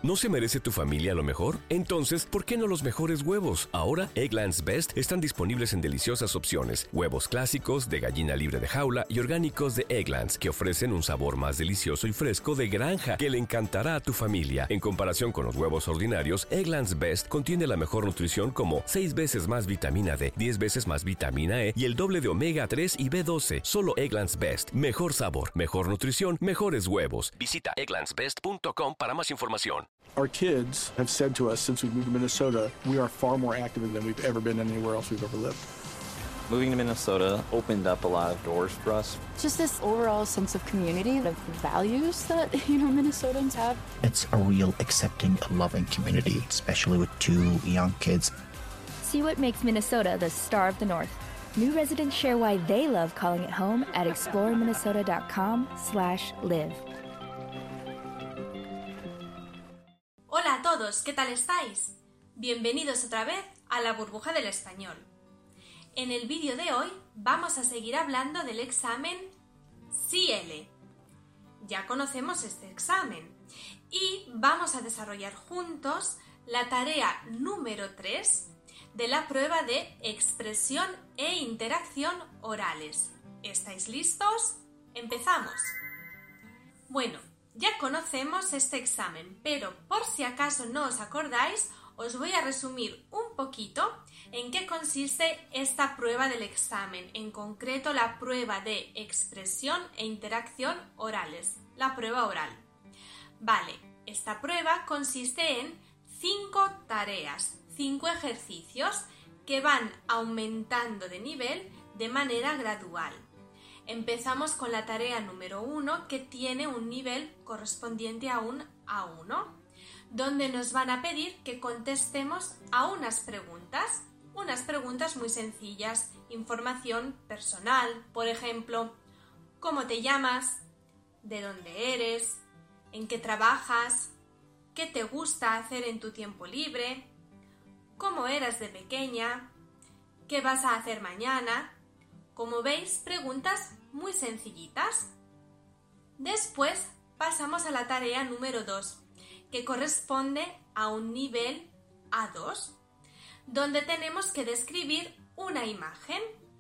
¿No se merece tu familia lo mejor? Entonces, ¿por qué no los mejores huevos? Ahora, Eggland's Best están disponibles en deliciosas opciones. Huevos clásicos, de gallina libre de jaula y orgánicos de Eggland's, que ofrecen un sabor más delicioso y fresco de granja que le encantará a tu familia. En comparación con los huevos ordinarios, Eggland's Best contiene la mejor nutrición como 6 veces más vitamina D, 10 veces más vitamina E y el doble de omega 3 y B12. Solo Eggland's Best. Mejor sabor, mejor nutrición, mejores huevos. Visita egglandsbest.com para más información. Our kids have said to us since we moved to Minnesota, we are far more active than we've ever been anywhere else we've ever lived. Moving to Minnesota opened up a lot of doors for us. Just this overall sense of community, the values that, Minnesotans have. It's a real accepting and loving community, especially with 2 young kids. See what makes Minnesota the star of the North. New residents share why they love calling it home at exploreminnesota.com/live. Hola a todos, ¿qué tal estáis? Bienvenidos otra vez a la burbuja del español. En el vídeo de hoy vamos a seguir hablando del examen CL. Ya conocemos este examen y vamos a desarrollar juntos la tarea número 3 de la prueba de expresión e interacción orales. ¿Estáis listos? ¡Empezamos! Bueno, ya conocemos este examen, pero por si acaso no os acordáis, os voy a resumir un poquito en qué consiste esta prueba del examen, en concreto la prueba de expresión e interacción orales, la prueba oral. Vale, esta prueba consiste en 5 tareas, 5 ejercicios que van aumentando de nivel de manera gradual. Empezamos con la tarea número 1, que tiene un nivel correspondiente a un A1, donde nos van a pedir que contestemos a unas preguntas muy sencillas, información personal, por ejemplo, ¿cómo te llamas? ¿De dónde eres? ¿En qué trabajas? ¿Qué te gusta hacer en tu tiempo libre? ¿Cómo eras de pequeña? ¿Qué vas a hacer mañana? Como veis, preguntas muy sencillitas. Después pasamos a la tarea número 2, que corresponde a un nivel A2, donde tenemos que describir una imagen.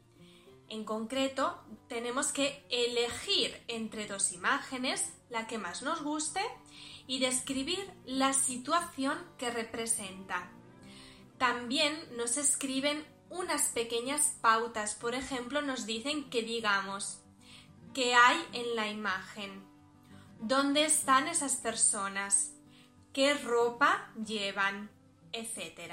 En concreto, tenemos que elegir entre 2 imágenes, la que más nos guste, y describir la situación que representa. También nos escriben unas pequeñas pautas, por ejemplo, nos dicen que digamos qué hay en la imagen, dónde están esas personas, qué ropa llevan, etc.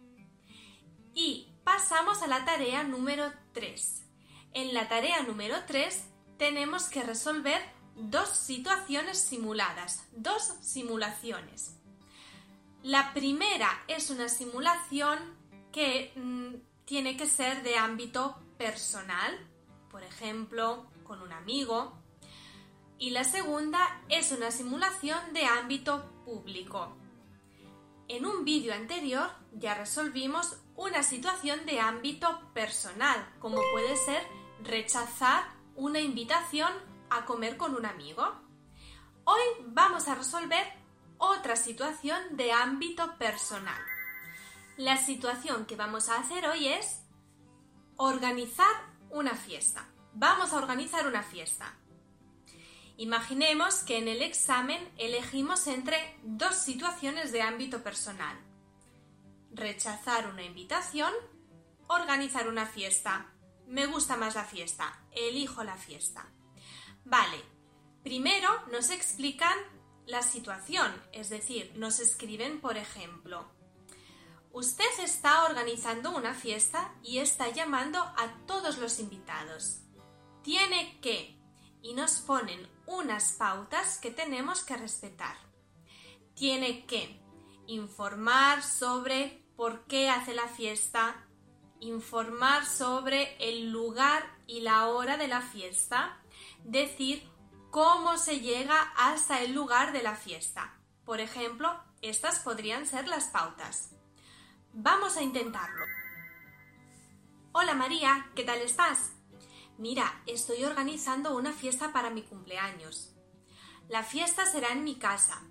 Y pasamos a la tarea número 3. En la tarea número 3 tenemos que resolver 2 situaciones simuladas, 2 simulaciones. La primera es una simulación que tiene que ser de ámbito personal, por ejemplo, con un amigo. Y la segunda es una simulación de ámbito público. En un vídeo anterior ya resolvimos una situación de ámbito personal, como puede ser rechazar una invitación a comer con un amigo. Hoy vamos a resolver otra situación de ámbito personal. La situación que vamos a hacer hoy es organizar una fiesta. Vamos a organizar una fiesta. Imaginemos que en el examen elegimos entre 2 situaciones de ámbito personal. Rechazar una invitación, organizar una fiesta. Me gusta más la fiesta, elijo la fiesta. Vale, primero nos explican la situación, es decir, nos escriben, por ejemplo, usted está organizando una fiesta y está llamando a todos los invitados. Tiene que, y nos ponen unas pautas que tenemos que respetar. Tiene que informar sobre por qué hace la fiesta, informar sobre el lugar y la hora de la fiesta, decir cómo se llega hasta el lugar de la fiesta. Por ejemplo, estas podrían ser las pautas. Vamos a intentarlo. Hola María, ¿qué tal estás? Mira, estoy organizando una fiesta para mi cumpleaños. La fiesta será en mi casa.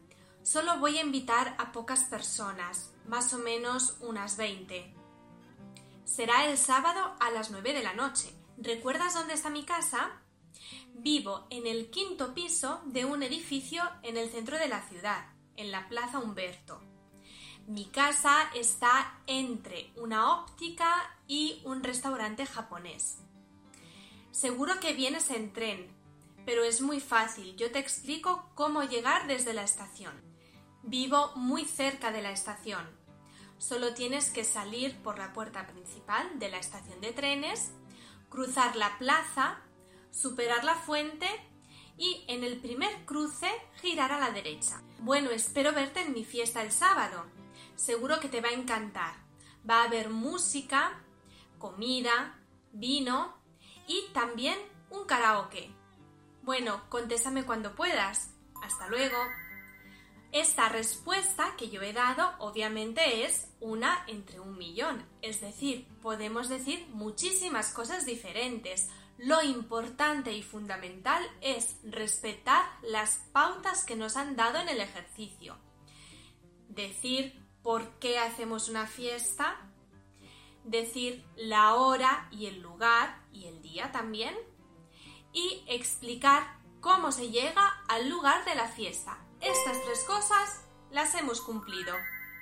Solo voy a invitar a pocas personas, más o menos unas 20. Será el sábado a las 9 de la noche. ¿Recuerdas dónde está mi casa? Vivo en el 5º piso de un edificio en el centro de la ciudad, en la Plaza Humberto. Mi casa está entre una óptica y un restaurante japonés. Seguro que vienes en tren, pero es muy fácil. Yo te explico cómo llegar desde la estación. Vivo muy cerca de la estación. Solo tienes que salir por la puerta principal de la estación de trenes, cruzar la plaza, superar la fuente y en el primer cruce girar a la derecha. Bueno, espero verte en mi fiesta el sábado. Seguro que te va a encantar. Va a haber música, comida, vino y también un karaoke. Bueno, contéstame cuando puedas. Hasta luego. Esta respuesta que yo he dado obviamente es una entre 1.000.000. Es decir, podemos decir muchísimas cosas diferentes. Lo importante y fundamental es respetar las pautas que nos han dado en el ejercicio. Decir por qué hacemos una fiesta, decir la hora y el lugar y el día también, y explicar cómo se llega al lugar de la fiesta. Estas 3 cosas las hemos cumplido.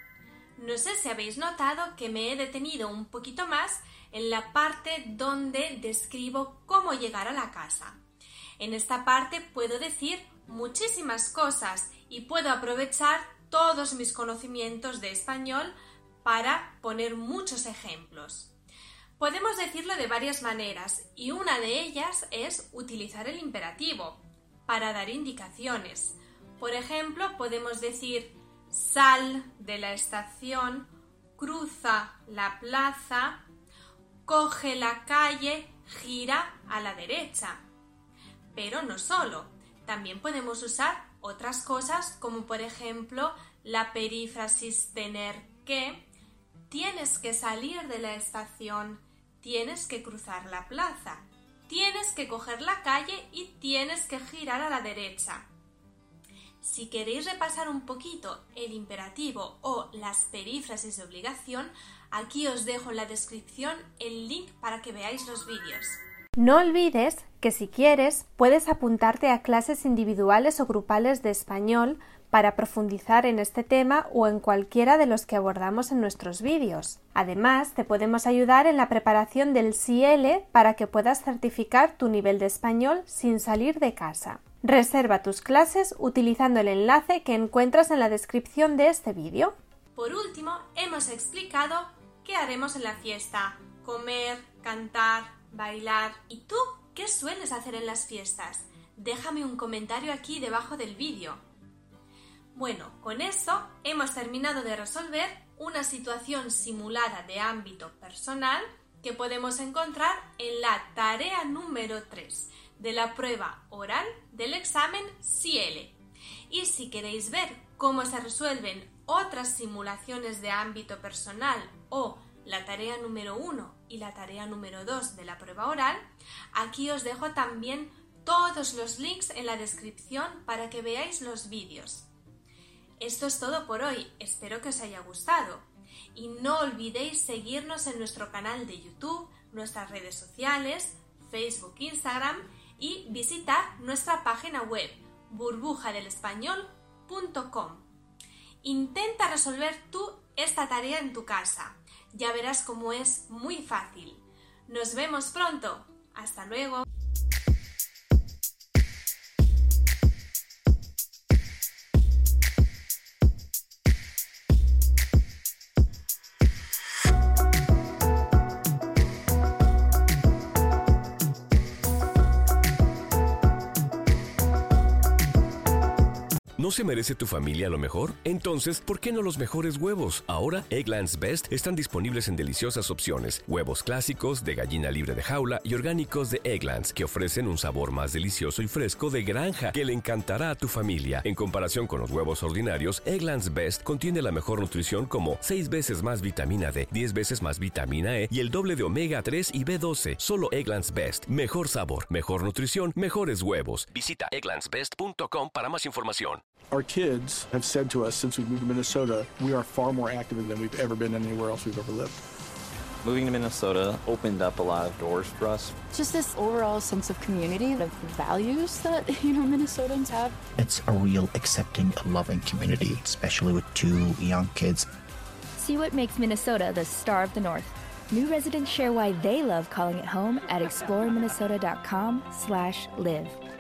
No sé si habéis notado que me he detenido un poquito más en la parte donde describo cómo llegar a la casa. En esta parte puedo decir muchísimas cosas y puedo aprovechar todos mis conocimientos de español para poner muchos ejemplos. Podemos decirlo de varias maneras y una de ellas es utilizar el imperativo para dar indicaciones. Por ejemplo, podemos decir sal de la estación, cruza la plaza, coge la calle, gira a la derecha. Pero no solo, también podemos usar otras cosas como por ejemplo la perífrasis tener que, tienes que salir de la estación, tienes que cruzar la plaza, tienes que coger la calle y tienes que girar a la derecha. Si queréis repasar un poquito el imperativo o las perífrasis de obligación, aquí os dejo en la descripción el link para que veáis los vídeos. No olvides que si quieres puedes apuntarte a clases individuales o grupales de español para profundizar en este tema o en cualquiera de los que abordamos en nuestros vídeos. Además, te podemos ayudar en la preparación del CL para que puedas certificar tu nivel de español sin salir de casa. Reserva tus clases utilizando el enlace que encuentras en la descripción de este vídeo. Por último, hemos explicado qué haremos en la fiesta: comer, cantar, bailar. ¿Y tú qué sueles hacer en las fiestas? Déjame un comentario aquí debajo del vídeo. Bueno, con esto hemos terminado de resolver una situación simulada de ámbito personal que podemos encontrar en la tarea número 3 de la prueba oral del examen CL. Y si queréis ver cómo se resuelven otras simulaciones de ámbito personal o la tarea número 1 y la tarea número 2 de la prueba oral, aquí os dejo también todos los links en la descripción para que veáis los vídeos. Esto es todo por hoy, espero que os haya gustado. Y no olvidéis seguirnos en nuestro canal de YouTube, nuestras redes sociales, Facebook, Instagram y visitar nuestra página web burbujadelespañol.com. Intenta resolver tú esta tarea en tu casa. Ya verás cómo es muy fácil. Nos vemos pronto. Hasta luego. ¿No se merece tu familia lo mejor? Entonces, ¿por qué no los mejores huevos? Ahora, Eggland's Best están disponibles en deliciosas opciones. Huevos clásicos, de gallina libre de jaula y orgánicos de Eggland's, que ofrecen un sabor más delicioso y fresco de granja que le encantará a tu familia. En comparación con los huevos ordinarios, Eggland's Best contiene la mejor nutrición como 6 veces más vitamina D, 10 veces más vitamina E y el doble de omega 3 y B12. Solo Eggland's Best. Mejor sabor, mejor nutrición, mejores huevos. Visita egglandsbest.com para más información. Our kids have said to us since we moved to Minnesota, we are far more active than we've ever been anywhere else we've ever lived. Moving to Minnesota opened up a lot of doors for us. Just this overall sense of community, the values that, Minnesotans have. It's a real accepting, loving community, especially with 2 young kids. See what makes Minnesota the star of the North. New residents share why they love calling it home at exploreminnesota.com/live.